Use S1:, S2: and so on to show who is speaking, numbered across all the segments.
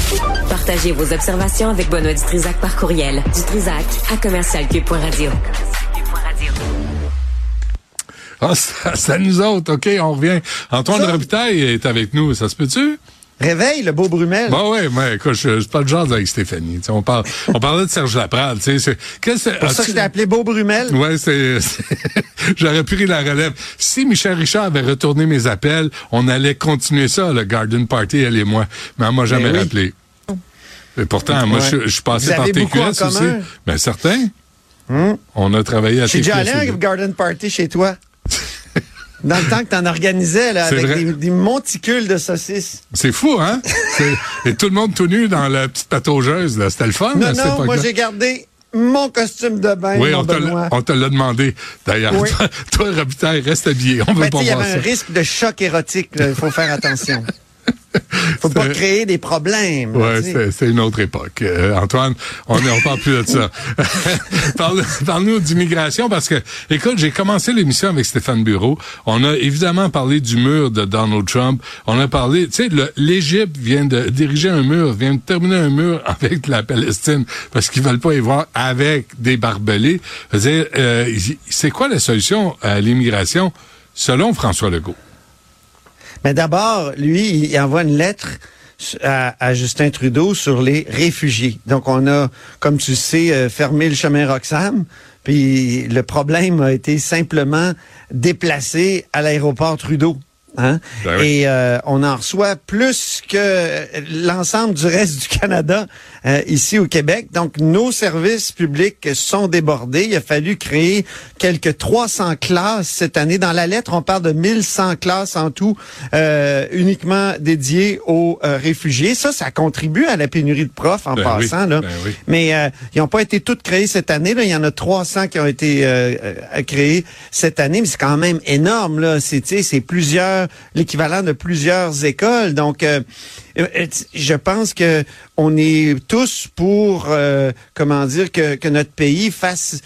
S1: Partagez vos observations avec Benoît Dutrisac par courriel. dutrisac@commercialcube.radio.
S2: Ah, c'est à nous autres, OK, on revient. Antoine Robitaille est avec nous, ça se peut-tu?
S3: Réveille le beau Brumel.
S2: Bon, oui, mais écoute, je suis pas le genre avec Stéphanie. On parlait de Serge Laprade, tu sais.
S3: C'est pour ça que je t'ai appelé beau Brumel.
S2: Ouais, j'aurais pris la relève. Si Michel Richard avait retourné mes appels, on allait continuer ça, le Garden Party, elle et moi. Mais elle m'a jamais rappelé. Et pourtant, moi, je suis passé par TQS aussi. Ben, certain. On a travaillé à TQS.
S3: J'ai déjà allé à un Garden Party chez toi. Dans le temps que t'en organisais, là, avec des monticules de saucisses.
S2: C'est fou, hein? Et tout le monde tout nu dans la petite pataugeuse, là. C'était le fun,
S3: Non, moi, j'ai gardé mon costume de bain,
S2: oui,
S3: mon Benoît.
S2: on te l'a demandé. D'ailleurs,
S3: oui.
S2: toi, Robitaille, reste habillé. On veut pas voir ça.
S3: Il y avait un risque de choc érotique, il faut faire attention. Faut pas créer des problèmes.
S2: Ouais, c'est une autre époque. Antoine, on parle plus de ça. Parle-nous d'immigration parce que, écoute, j'ai commencé l'émission avec Stéphane Bureau. On a évidemment parlé du mur de Donald Trump. On a parlé, tu sais, l'Égypte vient de diriger un mur, vient de terminer un mur avec la Palestine parce qu'ils veulent pas y voir avec des barbelés. C'est quoi la solution à l'immigration selon François Legault?
S3: Mais d'abord, lui, il envoie une lettre à Justin Trudeau sur les réfugiés. Donc, on a, comme tu sais, fermé le chemin Roxham. Puis le problème a été simplement déplacé à l'aéroport Trudeau. Hein? Ben oui. Et on en reçoit plus que l'ensemble du reste du Canada ici au Québec. Donc, nos services publics sont débordés. Il a fallu créer quelques 300 classes cette année. Dans la lettre, on parle de 1100 classes en tout, uniquement dédiées aux réfugiés. Ça contribue à la pénurie de profs en passant. Là.
S2: Oui.
S3: Mais ils n'ont pas été toutes créées cette année. Là. Il y en a 300 qui ont été créées cette année, mais c'est quand même énorme. Là. C'est l'équivalent de plusieurs écoles. Donc, je pense que on est tous pour, que notre pays fasse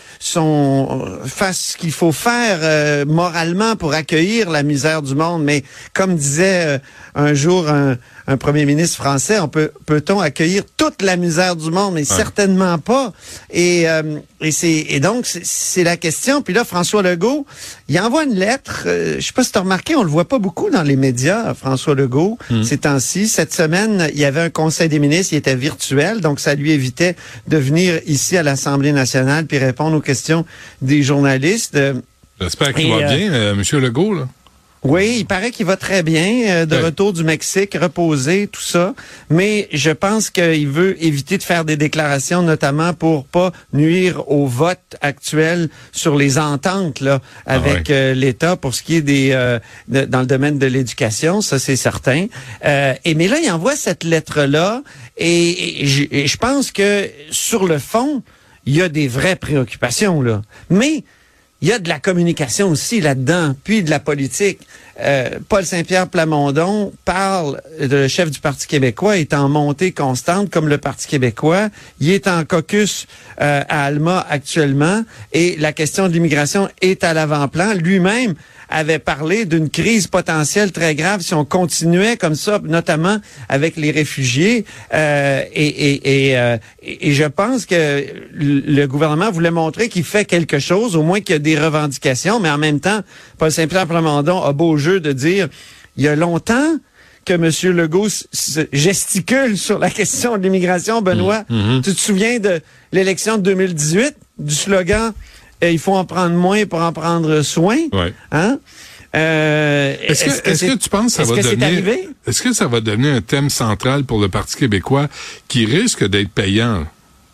S3: ce qu'il faut faire moralement pour accueillir la misère du monde. Mais comme disait un jour un premier ministre français, peut-on accueillir toute la misère du monde, mais certainement pas. Et donc c'est la question. Puis là, François Legault, il envoie une lettre. Je sais pas si tu as remarqué, on le voit pas beaucoup dans les médias, François Legault, ces temps-ci. Cette semaine, il y avait un conseil des ministres, il était virtuel, donc ça lui évitait de venir ici à l'Assemblée nationale puis répondre aux questions des journalistes.
S2: J'espère qu'il va bien, Monsieur Legault, là.
S3: Oui, il paraît qu'il va très bien, retour du Mexique, reposé, tout ça. Mais je pense qu'il veut éviter de faire des déclarations, notamment pour pas nuire au vote actuel sur les ententes là avec l'État pour ce qui est dans le domaine de l'éducation, ça c'est certain. Mais là, il envoie cette lettre-là et je pense que sur le fond, il y a des vraies préoccupations là. Mais il y a de la communication aussi là-dedans, puis de la politique. Paul Saint-Pierre Plamondon parle, le chef du Parti québécois, est en montée constante comme le Parti québécois. Il est en caucus à Alma actuellement et la question de l'immigration est à l'avant-plan. Lui-même avait parlé d'une crise potentielle très grave si on continuait comme ça, notamment avec les réfugiés. Et je pense que le gouvernement voulait montrer qu'il fait quelque chose, au moins qu'il y a des revendications, mais en même temps, Paul Saint-Pierre Plamondon a beau jeu de dire, il y a longtemps que M. Legault gesticule sur la question de l'immigration, Benoît. Tu te souviens de l'élection de 2018, du slogan il faut en prendre moins pour en prendre soin.
S2: Ouais.
S3: Hein?
S2: Est-ce que tu penses que ça va devenir... Est-ce que ça va devenir un thème central pour le Parti québécois qui risque d'être payant?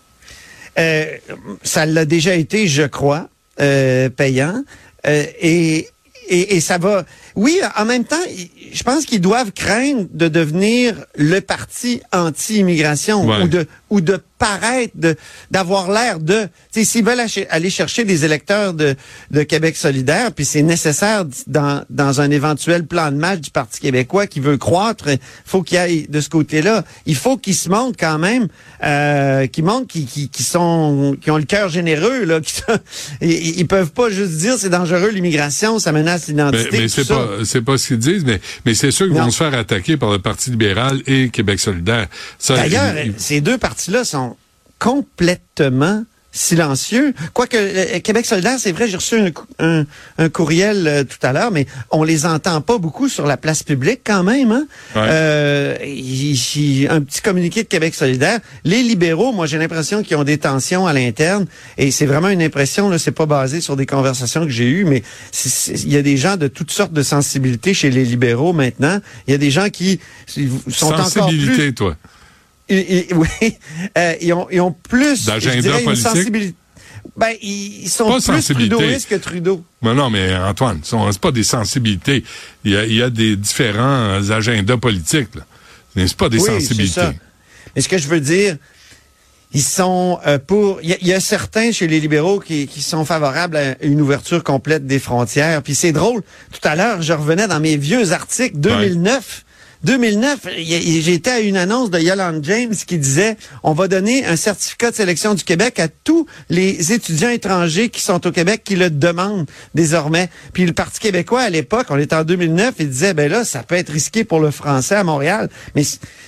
S3: Ça l'a déjà été, je crois, payant. Et ça va... Oui, en même temps, je pense qu'ils doivent craindre de devenir le parti anti-immigration ou de paraître, d'avoir l'air de... Tu sais, s'ils veulent aller chercher des électeurs de Québec solidaire, puis c'est nécessaire dans un éventuel plan de match du Parti québécois qui veut croître, il faut qu'il aille de ce côté-là. Il faut qu'ils se montrent quand même, qu'ils montrent qui ont le cœur généreux, là. Ils peuvent pas juste dire c'est dangereux l'immigration, ça menace l'identité.
S2: Mais c'est pas ce qu'ils disent, mais c'est sûr qu'ils vont se faire attaquer par le Parti libéral et Québec solidaire.
S3: D'ailleurs, ces deux partis-là sont complètement silencieux. Quoique Québec solidaire, c'est vrai, j'ai reçu un courriel tout à l'heure, mais on les entend pas beaucoup sur la place publique quand même. Hein? Ouais. Un petit communiqué de Québec solidaire. Les libéraux, moi j'ai l'impression qu'ils ont des tensions à l'interne, et c'est vraiment une impression, là, c'est pas basé sur des conversations que j'ai eues, mais il y a des gens de toutes sortes de sensibilités chez les libéraux maintenant. Il y a des gens qui sont encore plus...
S2: toi.
S3: Oui, ils ont plus
S2: d'agenda politique.
S3: Sensibilité. Ben, ils sont pas plus trudeauistes que Trudeau.
S2: Non, mais Antoine, c'est pas des sensibilités. Il y a des différents agendas politiques, là. C'est pas des sensibilités.
S3: C'est ça. Mais ce que je veux dire, ils sont pour... Il y a certains chez les libéraux qui sont favorables à une ouverture complète des frontières. Puis c'est drôle, tout à l'heure, je revenais dans mes vieux articles 2009. Ouais. 2009, j'étais à une annonce de Yolande James qui disait on va donner un certificat de sélection du Québec à tous les étudiants étrangers qui sont au Québec qui le demandent désormais. Puis le Parti québécois à l'époque, on était en 2009, il disait ben là ça peut être risqué pour le français à Montréal, mais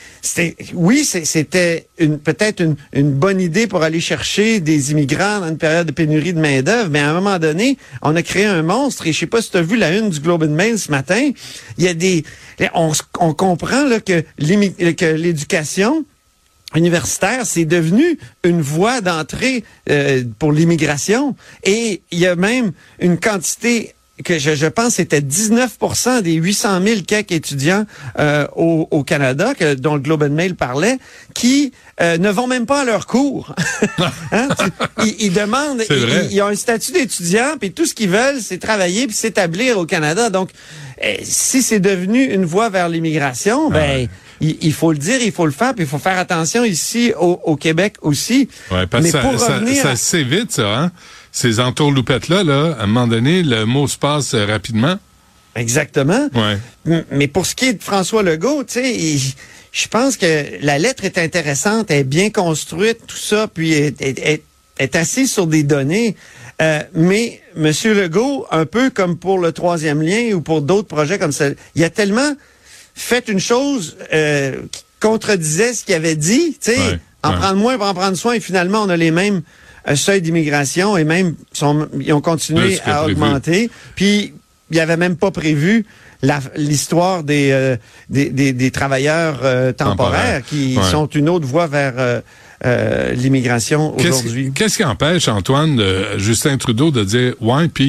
S3: c'était peut-être une bonne idée pour aller chercher des immigrants dans une période de pénurie de main-d'œuvre, mais à un moment donné, on a créé un monstre, et je sais pas si tu as vu la une du Globe and Mail ce matin, il y a on comprend là que l'éducation universitaire, c'est devenu une voie d'entrée pour l'immigration, et il y a même une quantité que je pense c'était 19% des 800 000 quelques étudiants au Canada, dont le Globe and Mail parlait, qui ne vont même pas à leurs cours. Hein? Ils demandent, ils ont un statut d'étudiant, puis tout ce qu'ils veulent, c'est travailler puis s'établir au Canada. Donc, si c'est devenu une voie vers l'immigration, il faut le dire, il faut le faire, puis il faut faire attention ici au Québec aussi.
S2: Ouais, parce que ça c'est vite, ça, hein? Ces entourloupettes-là, à un moment donné, le mot se passe rapidement.
S3: Exactement.
S2: Ouais.
S3: Mais pour ce qui est de François Legault, tu sais, je pense que la lettre est intéressante, elle est bien construite, tout ça, puis est assise sur des données. Mais M. Legault, un peu comme pour le troisième lien ou pour d'autres projets comme ça, il a tellement fait une chose qui contredisait ce qu'il avait dit, tu sais, prendre moins pour en prendre soin, et finalement, on a les mêmes seuils d'immigration, et même ils ont continué à augmenter. Puis il avait même pas prévu l'histoire des travailleurs temporaires qui sont une autre voie vers l'immigration aujourd'hui.
S2: Qu'est-ce qui empêche, Antoine, Justin Trudeau de dire « ouais, puis »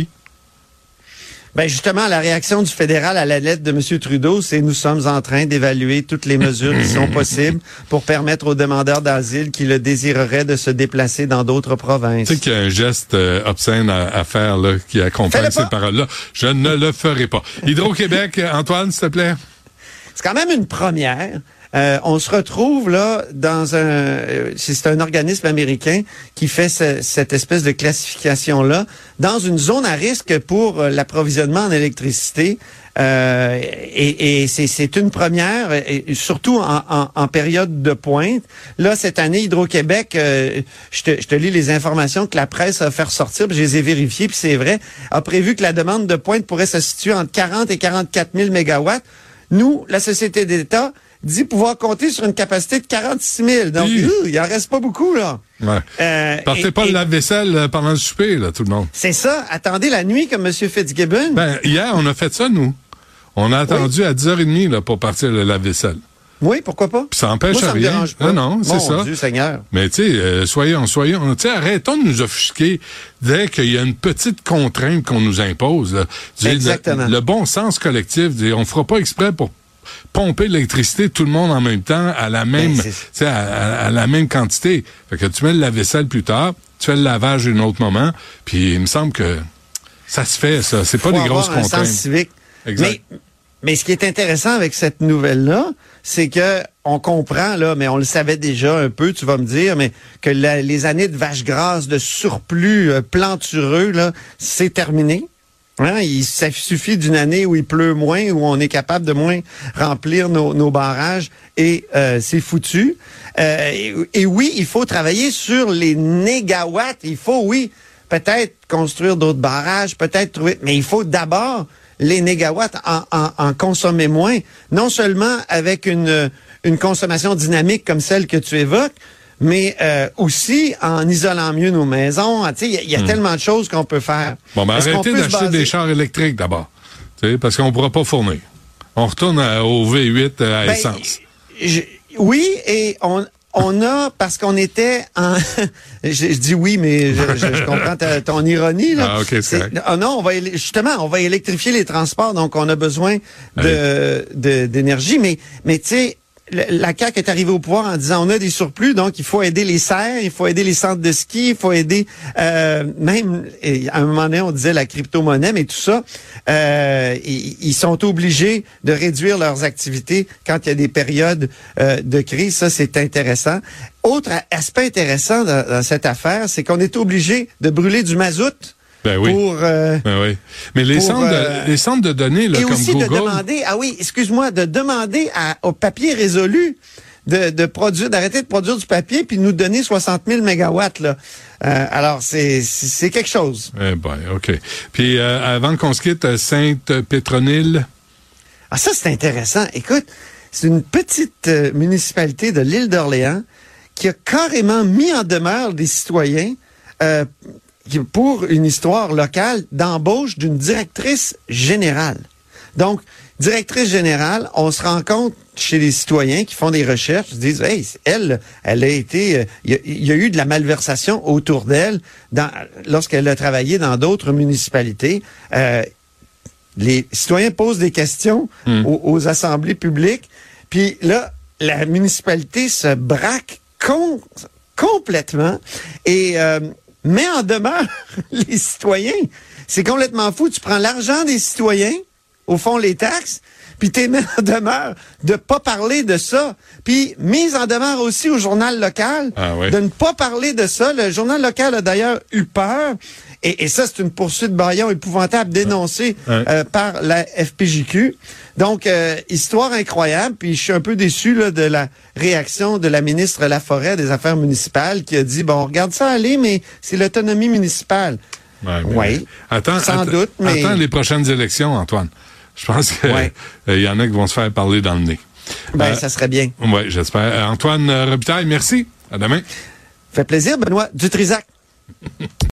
S3: Ben justement, la réaction du fédéral à la lettre de M. Trudeau, c'est nous sommes en train d'évaluer toutes les mesures qui sont possibles pour permettre aux demandeurs d'asile qui le désireraient de se déplacer dans d'autres provinces.
S2: Tu sais qu'il y a un geste obscène à faire là, qui accompagne ces paroles-là. Je ne le ferai pas. Hydro-Québec, Antoine, s'il te plaît.
S3: C'est quand même une première. On se retrouve là dans c'est un organisme américain qui fait cette espèce de classification-là dans une zone à risque pour l'approvisionnement en électricité. Et c'est une première, et surtout en période de pointe. Là, cette année, Hydro-Québec, je te lis les informations que la presse a fait ressortir, puis je les ai vérifiées, puis c'est vrai, a prévu que la demande de pointe pourrait se situer entre 40 et 44 000 mégawatts. Nous, la Société d'État, dit pouvoir compter sur une capacité de 46 000. Donc, il en reste pas beaucoup, là.
S2: Ouais. Partez pas le lave-vaisselle pendant le souper, là, tout le monde.
S3: C'est ça. Attendez la nuit, comme M. Fitzgibbon.
S2: Ben, hier, on a fait ça, nous. On a attendu à 10h30, là, pour partir le lave-vaisselle.
S3: Oui, pourquoi pas?
S2: Puis ça empêche
S3: ça
S2: rien.
S3: Me dérange pas.
S2: Non, c'est ça.
S3: Mon Dieu Seigneur.
S2: Mais tu sais, soyons, tu sais, arrêtons de nous offusquer dès qu'il y a une petite contrainte qu'on nous impose. Là.
S3: Exactement.
S2: Le bon sens collectif, on fera pas exprès pour pomper l'électricité tout le monde en même temps à la même, à la même quantité. Fait que tu mets le lave-vaisselle plus tard, tu fais le lavage à un autre moment, puis il me semble que ça se fait, ça. C'est pas des grosses contraintes.
S3: Un sens civique.
S2: Exact.
S3: Mais ce qui est intéressant avec cette nouvelle-là, c'est que on comprend, là, mais on le savait déjà un peu, tu vas me dire, mais que les années de vaches grasses, de surplus plantureux, là, c'est terminé. Hein? Ça suffit d'une année où il pleut moins, où on est capable de moins remplir nos barrages, et c'est foutu. Et oui, il faut travailler sur les négawatts. Il faut, oui, peut-être construire d'autres barrages, peut-être trouver, mais il faut d'abord les négawatts en consommer moins, non seulement avec une consommation dynamique comme celle que tu évoques, mais aussi en isolant mieux nos maisons. Tu sais, il y a tellement de choses qu'on peut faire.
S2: Bon, ben arrêtez d'acheter des chars électriques d'abord, parce qu'on ne pourra pas fournir. On retourne au V8 à essence.
S3: Oui, et on a, parce qu'on était en... je dis oui, mais je comprends ton ironie, là.
S2: Ah, OK, c'est correct.
S3: Non, on va électrifier les transports, donc on a besoin d'énergie. Mais tu sais, la CAQ est arrivée au pouvoir en disant on a des surplus, donc il faut aider les serres, il faut aider les centres de ski, il faut aider même, à un moment donné, on disait la crypto-monnaie, mais tout ça, ils sont obligés de réduire leurs activités quand il y a des périodes de crise. Ça, c'est intéressant. Autre aspect intéressant dans cette affaire, c'est qu'on est obligé de brûler du mazout.
S2: Ben oui. Oui. Mais les centres de données, là,
S3: et
S2: comme
S3: aussi
S2: Google...
S3: de demander, de demander au papier résolu d'arrêter de produire du papier puis de nous donner 60 000 mégawatts, là. Alors, c'est quelque chose.
S2: Eh ben, OK. Puis, avant qu'on se quitte, Sainte-Pétronille.
S3: Ah, ça, c'est intéressant. Écoute, c'est une petite municipalité de l'île d'Orléans qui a carrément mis en demeure des citoyens pour une histoire locale d'embauche d'une directrice générale. Donc, directrice générale, on se rend compte chez les citoyens qui font des recherches, ils se disent, hey, elle a été, il y a eu de la malversation autour d'elle lorsqu'elle a travaillé dans d'autres municipalités. Les citoyens posent des questions aux assemblées publiques, puis là, la municipalité se braque complètement et met en demeure les citoyens. C'est complètement fou. Tu prends l'argent des citoyens, au fond les taxes, puis t'es mis en demeure de pas parler de ça. Puis mise en demeure aussi au journal local de ne pas parler de ça. Le journal local a d'ailleurs eu peur. Et ça, c'est une poursuite bâillon épouvantable dénoncée par la FPJQ. Donc, histoire incroyable. Puis je suis un peu déçu là, de la réaction de la ministre Laforêt des Affaires municipales qui a dit, bon, on regarde ça aller, mais c'est l'autonomie municipale. Oui, sans doute. Mais...
S2: Attends les prochaines élections, Antoine. Je pense qu'il y en a qui vont se faire parler dans le nez.
S3: Ça serait bien.
S2: Oui, j'espère. Antoine Robitaille, merci. À demain.
S3: Fait plaisir, Benoît Dutrisac.